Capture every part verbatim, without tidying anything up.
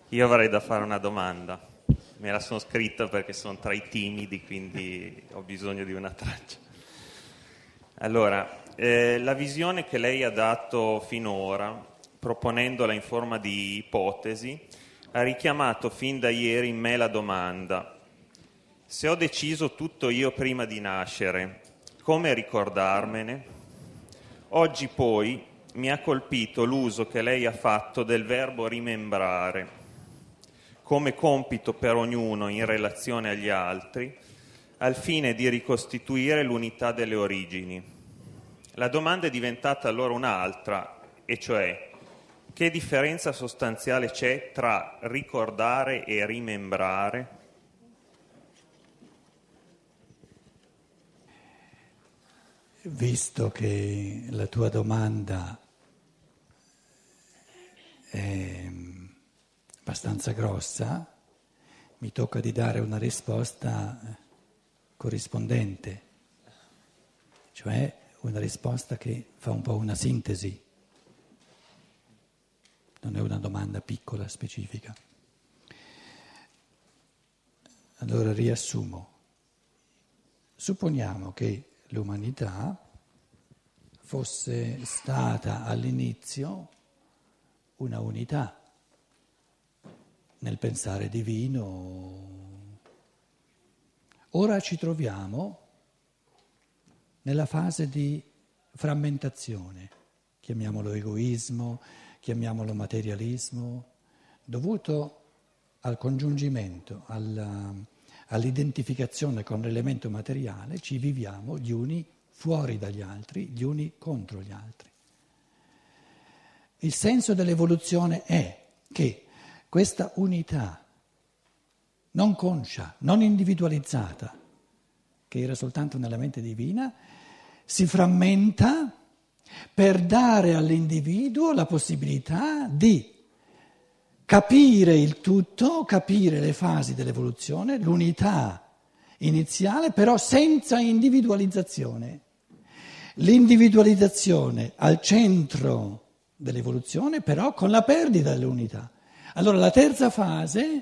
Io avrei da fare una domanda. Me la sono scritta perché sono tra i timidi, quindi ho bisogno di una traccia. Allora, eh, la visione che lei ha dato finora, proponendola in forma di ipotesi, ha richiamato fin da ieri in me la domanda: se ho deciso tutto io prima di nascere, come ricordarmene? Oggi poi mi ha colpito l'uso che lei ha fatto del verbo rimembrare come compito per ognuno in relazione agli altri, al fine di ricostituire l'unità delle origini. La domanda è diventata allora un'altra, e cioè: che differenza sostanziale c'è tra ricordare e rimembrare? Visto che la tua domanda è abbastanza grossa, mi tocca di dare una risposta corrispondente, cioè una risposta che fa un po' una sintesi, non è una domanda piccola, specifica. Allora riassumo. Supponiamo che l'umanità fosse stata all'inizio una unità nel pensare divino. Ora ci troviamo nella fase di frammentazione, chiamiamolo egoismo, chiamiamolo materialismo, dovuto al congiungimento, alla, all'identificazione con l'elemento materiale. Ci viviamo gli uni fuori dagli altri, gli uni contro gli altri. Il senso dell'evoluzione è che questa unità non conscia, non individualizzata, che era soltanto nella mente divina, si frammenta per dare all'individuo la possibilità di capire il tutto, capire le fasi dell'evoluzione, l'unità iniziale, però senza individualizzazione. L'individualizzazione al centro dell'evoluzione, però con la perdita dell'unità. Allora la terza fase,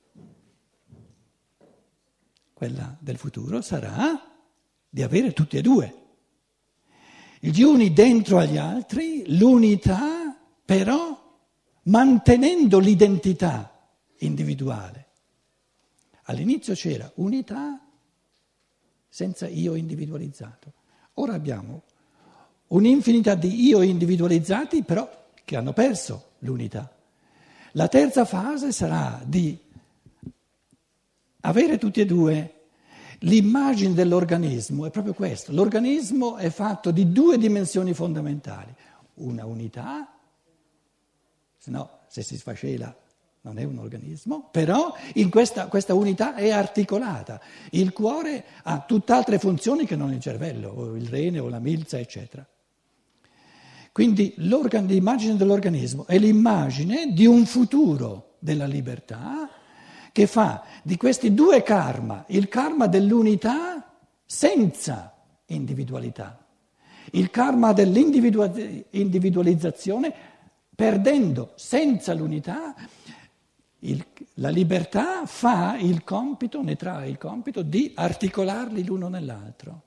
quella del futuro, sarà di avere tutti e due. Gli uni dentro agli altri, l'unità però mantenendo l'identità individuale. All'inizio c'era unità senza io individualizzato. Ora abbiamo un'infinità di io individualizzati, però che hanno perso l'unità. La terza fase sarà di avere tutti e due. L'immagine dell'organismo è proprio questo. L'organismo è fatto di due dimensioni fondamentali. Una unità, se no se si sfascela non è un organismo, però in questa, questa unità è articolata. Il cuore ha tutt'altre funzioni che non il cervello, o il rene o la milza, eccetera. Quindi l'immagine dell'organismo è l'immagine di un futuro della libertà che fa di questi due karma, il karma dell'unità senza individualità, il karma dell'individualizzazione perdendo senza l'unità. Il, la libertà fa il compito, ne trae il compito di articolarli l'uno nell'altro.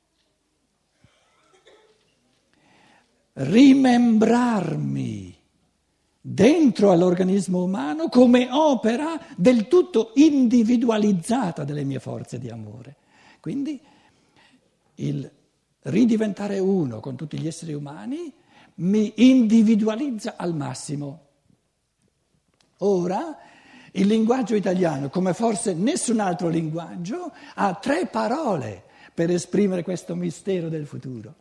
Rimembrarmi dentro all'organismo umano come opera del tutto individualizzata delle mie forze di amore. Quindi il ridiventare uno con tutti gli esseri umani mi individualizza al massimo. Ora il linguaggio italiano, come forse nessun altro linguaggio, ha tre parole per esprimere questo mistero del futuro.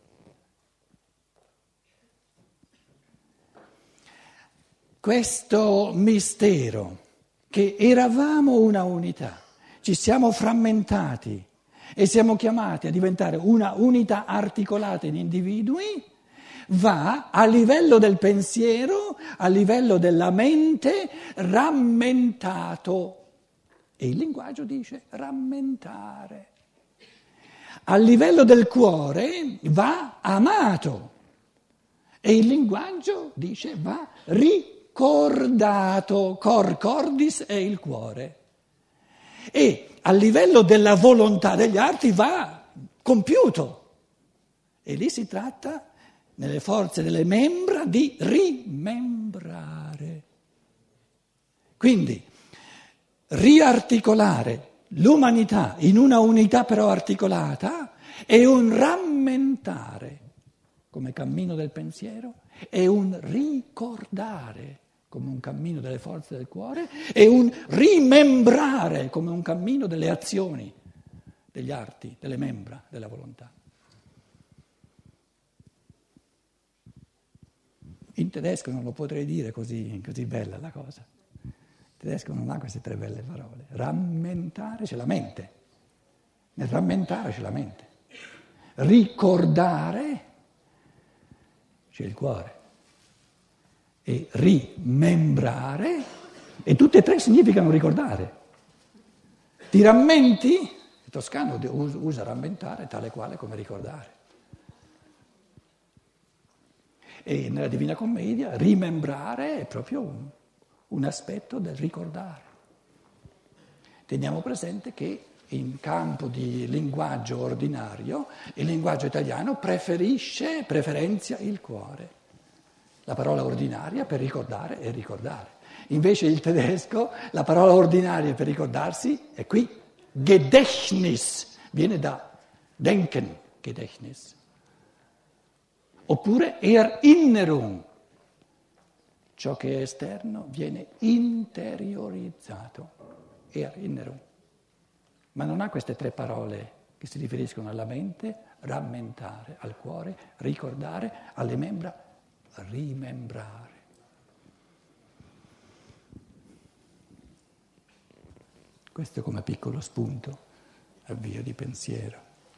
Questo mistero che eravamo una unità, ci siamo frammentati e siamo chiamati a diventare una unità articolata in individui, va a livello del pensiero, a livello della mente, rammentato. E il linguaggio dice rammentare. A livello del cuore va amato. E il linguaggio dice va ri ricordato, cor cordis è il cuore. E a livello della volontà degli arti va compiuto. E lì si tratta, nelle forze delle membra, di rimembrare. Quindi riarticolare l'umanità in una unità però articolata è un rammentare come cammino del pensiero, è un ricordare come un cammino delle forze del cuore, è un rimembrare come un cammino delle azioni, degli arti, delle membra, della volontà. In tedesco non lo potrei dire così, così bella la cosa. Il tedesco non ha queste tre belle parole. Rammentare c'è la mente. Nel rammentare c'è la mente. Ricordare c'è il cuore. E rimembrare, e tutte e tre significano ricordare. Ti rammenti? Il toscano usa rammentare tale quale come ricordare. E nella Divina Commedia rimembrare è proprio un, un aspetto del ricordare. Teniamo presente che in campo di linguaggio ordinario il linguaggio italiano preferisce, preferenzia il cuore. La parola ordinaria per ricordare è ricordare. Invece il tedesco, la parola ordinaria per ricordarsi è qui, Gedächtnis, viene da denken, Gedächtnis. Oppure Erinnerung, ciò che è esterno viene interiorizzato, Erinnerung. Ma non ha queste tre parole che si riferiscono alla mente, rammentare, al cuore, ricordare, alle membra, rimembrare. Questo come piccolo spunto, avvio di pensiero.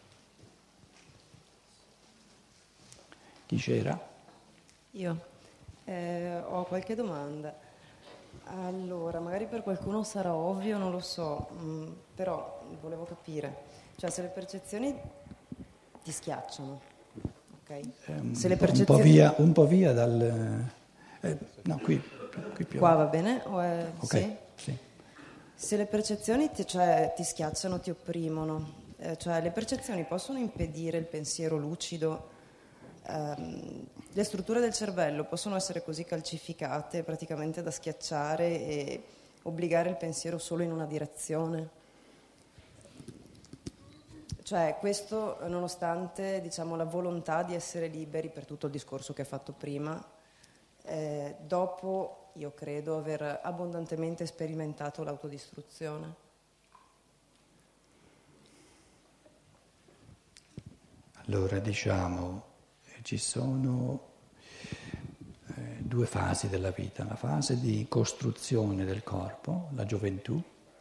Chi c'era? Io eh, ho qualche domanda. Allora, magari per qualcuno sarà ovvio, non lo so, mh, però volevo capire. Cioè, se le percezioni ti schiacciano, ok? Um, se le percezioni... un, po via, un po' via dal... Eh, no, qui, qui più. Qua va bene? O è... Ok, sì? sì. Se le percezioni ti, cioè, ti schiacciano, ti opprimono, eh, cioè le percezioni possono impedire il pensiero lucido? Um, le strutture del cervello possono essere così calcificate praticamente da schiacciare e obbligare il pensiero solo in una direzione? Cioè questo nonostante, diciamo, la volontà di essere liberi per tutto il discorso che hai fatto prima, eh, dopo io credo aver abbondantemente sperimentato l'autodistruzione. Allora diciamo ci sono eh, due fasi della vita, la fase di costruzione del corpo, la gioventù,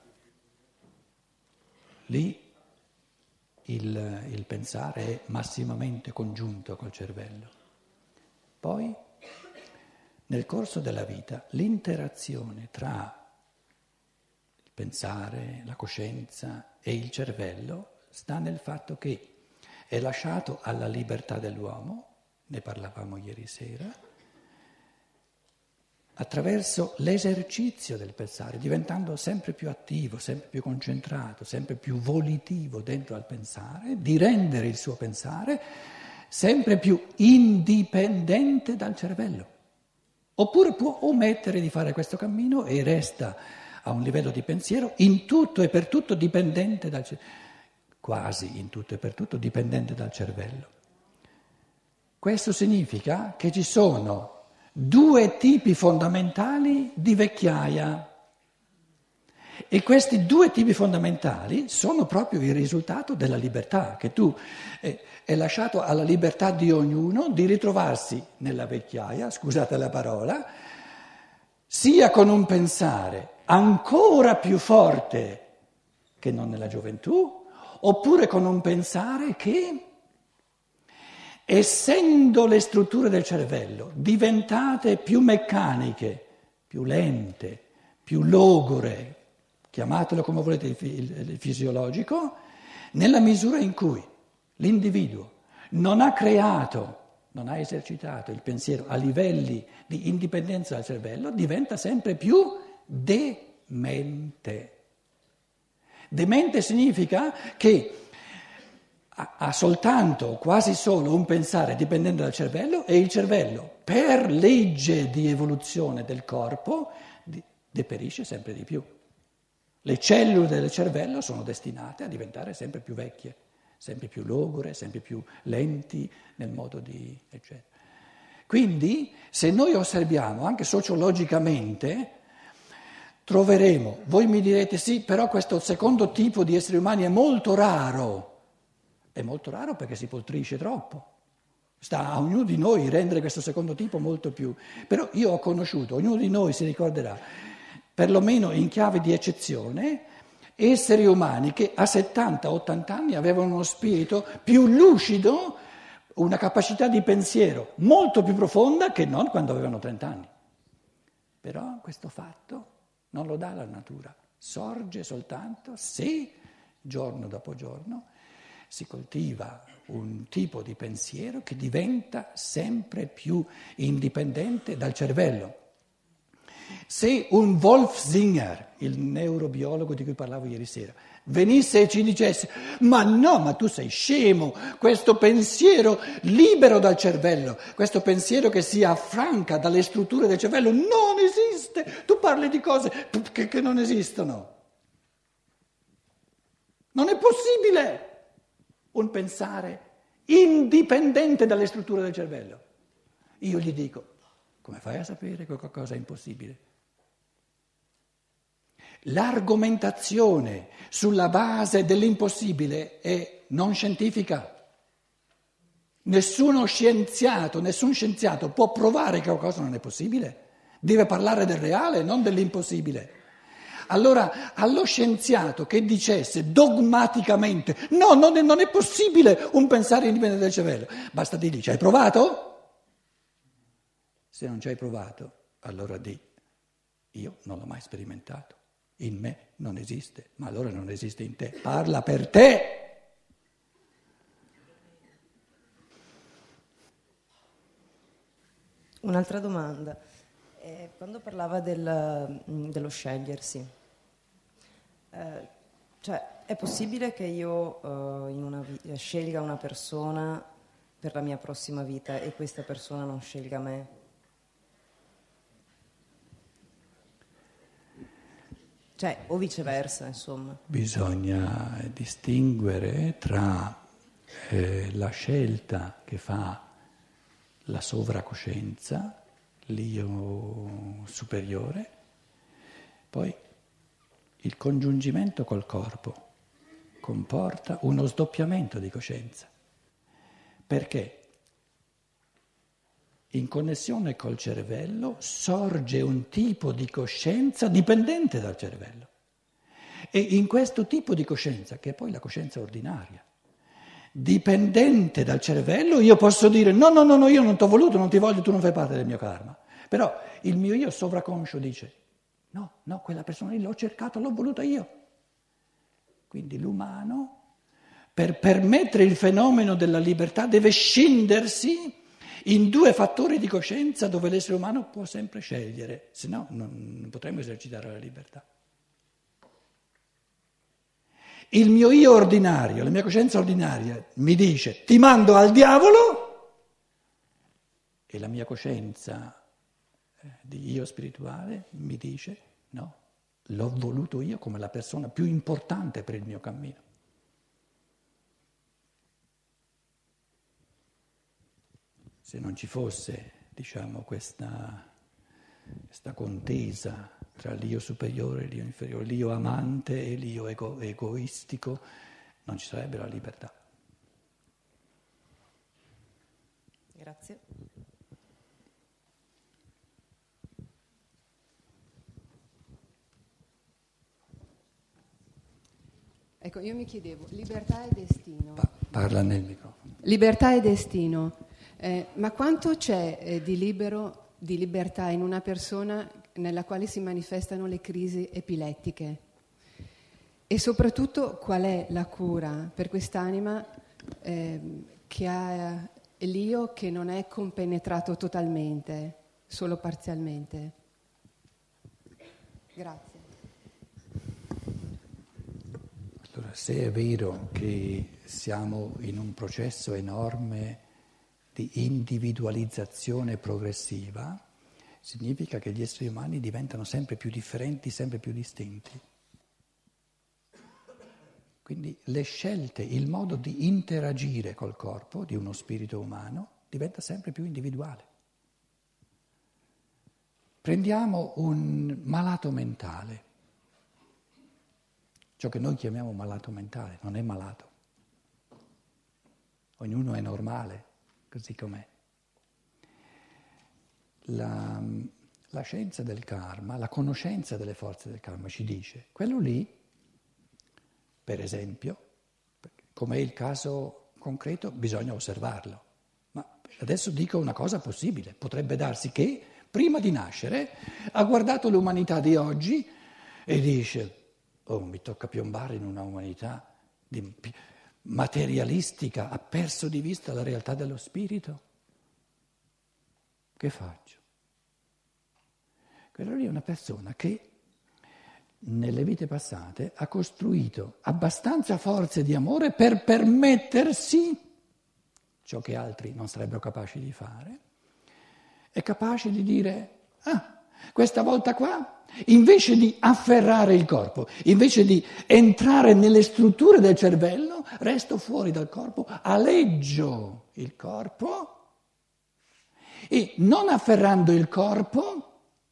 lì il, il pensare è massimamente congiunto col cervello. Poi nel corso della vita l'interazione tra il pensare, la coscienza e il cervello sta nel fatto che è lasciato alla libertà dell'uomo, ne parlavamo ieri sera, attraverso l'esercizio del pensare, diventando sempre più attivo, sempre più concentrato, sempre più volitivo dentro al pensare, di rendere il suo pensare sempre più indipendente dal cervello. Oppure può omettere di fare questo cammino e resta a un livello di pensiero in tutto e per tutto dipendente dal cervello, quasi in tutto e per tutto dipendente dal cervello. Questo significa che ci sono due tipi fondamentali di vecchiaia e questi due tipi fondamentali sono proprio il risultato della libertà, che tu eh, è lasciato alla libertà di ognuno di ritrovarsi nella vecchiaia, scusate la parola, sia con un pensare ancora più forte che non nella gioventù, oppure con un pensare che, essendo le strutture del cervello diventate più meccaniche, più lente, più logore, chiamatelo come volete il fisiologico, nella misura in cui l'individuo non ha creato non ha esercitato il pensiero a livelli di indipendenza dal cervello, diventa sempre più demente. Demente significa che ha soltanto, quasi solo, un pensare dipendente dal cervello e il cervello, per legge di evoluzione del corpo, deperisce sempre di più. Le cellule del cervello sono destinate a diventare sempre più vecchie, sempre più logore, sempre più lenti nel modo di... eccetera. Quindi, se noi osserviamo anche sociologicamente, troveremo, voi mi direte sì, però questo secondo tipo di esseri umani è molto raro. È molto raro perché si poltrisce troppo. Sta a ognuno di noi rendere questo secondo tipo molto più... Però io ho conosciuto, ognuno di noi si ricorderà, perlomeno in chiave di eccezione, esseri umani che a settanta ottanta anni avevano uno spirito più lucido, una capacità di pensiero molto più profonda che non quando avevano trenta anni. Però questo fatto non lo dà la natura, sorge soltanto se, giorno dopo giorno, si coltiva un tipo di pensiero che diventa sempre più indipendente dal cervello. Se un Wolf Singer, il neurobiologo di cui parlavo ieri sera, venisse e ci dicesse ma no, ma tu sei scemo, questo pensiero libero dal cervello, questo pensiero che si affranca dalle strutture del cervello non esiste, tu parli di cose che, che non esistono. Non è possibile un pensare indipendente dalle strutture del cervello. Io gli dico, come fai a sapere che qualcosa è impossibile? L'argomentazione sulla base dell'impossibile è non scientifica. Nessuno scienziato, nessun scienziato può provare che qualcosa non è possibile. Deve parlare del reale, non dell'impossibile. Allora, allo scienziato che dicesse dogmaticamente no, non è, non è possibile un pensare indipendente dal cervello, basta dirgli, ci hai provato? Se non ci hai provato, allora di, io non l'ho mai sperimentato, in me non esiste, ma allora non esiste in te, parla per te. Un'altra domanda, eh, quando parlava del, dello scegliersi, eh, cioè è possibile che io eh, in una vi- scelga una persona per la mia prossima vita e questa persona non scelga me? Cioè, o viceversa, insomma. Bisogna distinguere tra eh, la scelta che fa la sovracoscienza, l'io superiore, poi il congiungimento col corpo comporta uno sdoppiamento di coscienza. Perché? In connessione col cervello sorge un tipo di coscienza dipendente dal cervello. E in questo tipo di coscienza, che è poi la coscienza ordinaria, dipendente dal cervello, io posso dire no, no, no, no, io non ti ho voluto, non ti voglio, tu non fai parte del mio karma. Però il mio io sovraconscio dice no, no, quella persona lì l'ho cercata, l'ho voluta io. Quindi l'umano, per permettere il fenomeno della libertà, deve scindersi in due fattori di coscienza dove l'essere umano può sempre scegliere, se no non, non potremmo esercitare la libertà. Il mio io ordinario, la mia coscienza ordinaria mi dice ti mando al diavolo e la mia coscienza di io spirituale mi dice no, l'ho voluto io come la persona più importante per il mio cammino. Se non ci fosse, diciamo, questa, questa contesa tra l'io superiore e l'io inferiore, l'io amante e l'io ego, egoistico, non ci sarebbe la libertà. Grazie. Ecco, io mi chiedevo, libertà e destino. Pa- parla nel microfono. Libertà e destino. Eh, ma quanto c'è eh, di libero, di libertà in una persona nella quale si manifestano le crisi epilettiche? E soprattutto qual è la cura per quest'anima eh, che ha e l'io che non è compenetrato totalmente, solo parzialmente. Grazie. Allora, se è vero che siamo in un processo enorme di individualizzazione progressiva, significa che gli esseri umani diventano sempre più differenti, sempre più distinti. Quindi le scelte, il modo di interagire col corpo di uno spirito umano diventa sempre più individuale. Prendiamo un malato mentale. Ciò che noi chiamiamo malato mentale non è malato. Ognuno è normale, così com'è. La, la scienza del karma, la conoscenza delle forze del karma ci dice, quello lì, per esempio, come è il caso concreto, bisogna osservarlo. Ma adesso dico una cosa possibile, potrebbe darsi che prima di nascere ha guardato l'umanità di oggi e dice, oh, mi tocca piombare in una umanità di, materialistica, ha perso di vista la realtà dello spirito. Che faccio? Quello lì è una persona che nelle vite passate ha costruito abbastanza forze di amore per permettersi ciò che altri non sarebbero capaci di fare, è capace di dire, ah, questa volta qua, invece di afferrare il corpo, invece di entrare nelle strutture del cervello, resto fuori dal corpo, aleggio il corpo e non afferrando il corpo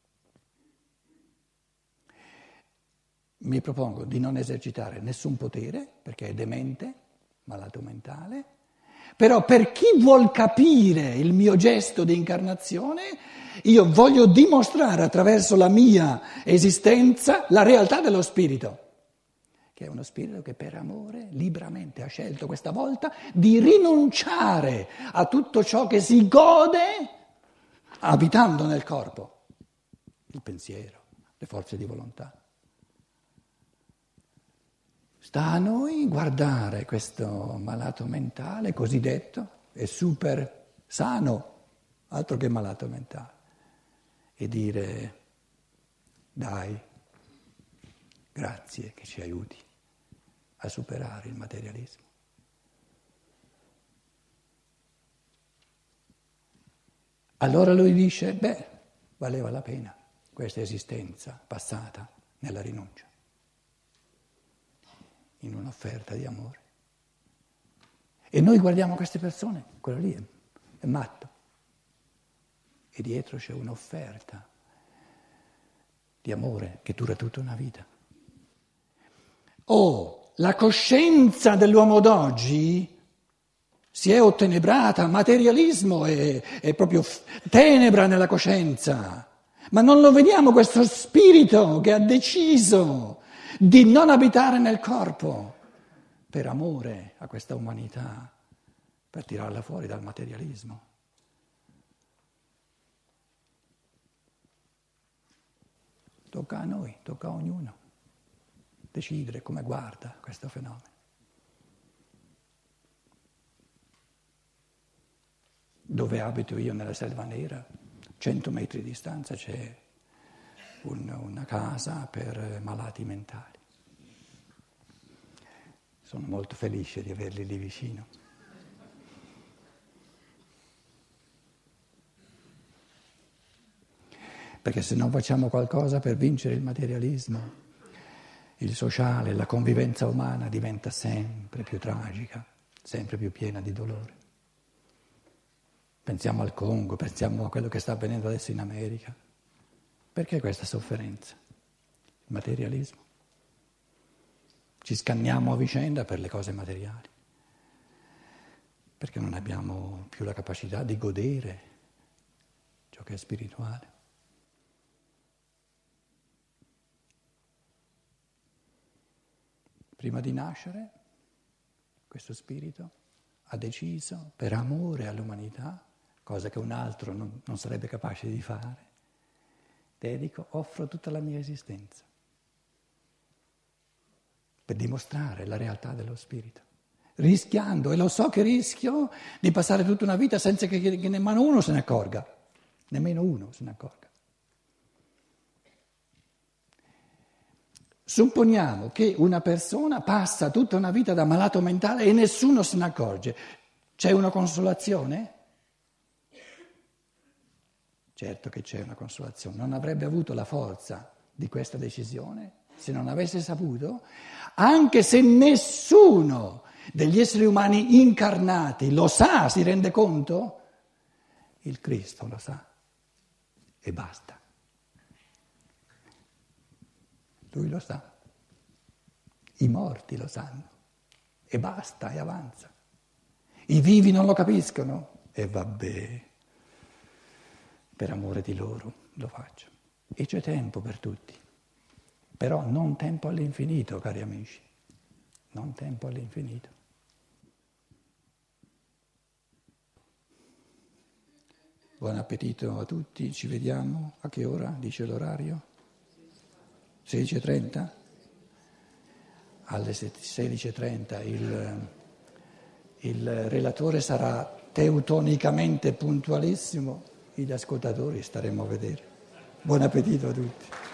mi propongo di non esercitare nessun potere, perché è demente, malato mentale, però per chi vuol capire il mio gesto di incarnazione, io voglio dimostrare attraverso la mia esistenza la realtà dello spirito, che è uno spirito che per amore liberamente ha scelto questa volta di rinunciare a tutto ciò che si gode abitando nel corpo, il pensiero, le forze di volontà. Sta a noi guardare questo malato mentale cosiddetto, è super sano, altro che malato mentale, e dire dai, grazie che ci aiuti a superare il materialismo. Allora lui dice, beh, valeva la pena questa esistenza passata nella rinuncia, in un'offerta di amore. E noi guardiamo queste persone, quello lì è, è matto, e dietro c'è un'offerta di amore che dura tutta una vita. Oh, la coscienza dell'uomo d'oggi si è ottenebrata, materialismo è, è proprio tenebra nella coscienza, ma non lo vediamo questo spirito che ha deciso di non abitare nel corpo per amore a questa umanità, per tirarla fuori dal materialismo. Tocca a noi, tocca a ognuno decidere come guarda questo fenomeno. Dove abito io, nella Selva Nera, cento metri di distanza c'è un, una casa per malati mentali. Sono molto felice di averli lì vicino. Perché se non facciamo qualcosa per vincere il materialismo, il sociale, la convivenza umana diventa sempre più tragica, sempre più piena di dolore. Pensiamo al Congo, pensiamo a quello che sta avvenendo adesso in America. Perché questa sofferenza? Il materialismo. Ci scanniamo a vicenda per le cose materiali, perché non abbiamo più la capacità di godere ciò che è spirituale. Prima di nascere, questo spirito ha deciso, per amore all'umanità, cosa che un altro non, non sarebbe capace di fare, dedico, offro tutta la mia esistenza per dimostrare la realtà dello spirito. rischiando, e lo so che rischio di passare tutta una vita senza che, che nemmeno uno se ne accorga, nemmeno uno se ne accorga. Supponiamo che una persona passa tutta una vita da malato mentale e nessuno se ne accorge. C'è una consolazione? Certo che c'è una consolazione. Non avrebbe avuto la forza di questa decisione se non avesse saputo, anche se nessuno degli esseri umani incarnati lo sa, si rende conto, il Cristo lo sa e basta. Lui lo sa, i morti lo sanno e basta, e avanza. I vivi non lo capiscono e vabbè, per amore di loro lo faccio. E c'è tempo per tutti, però non tempo all'infinito, cari amici, non tempo all'infinito. Buon appetito a tutti, ci vediamo, a che ora dice l'orario? sedici e trenta? Alle sedici e trenta il, il relatore sarà teutonicamente puntualissimo, gli ascoltatori staremo a vedere. Buon appetito a tutti.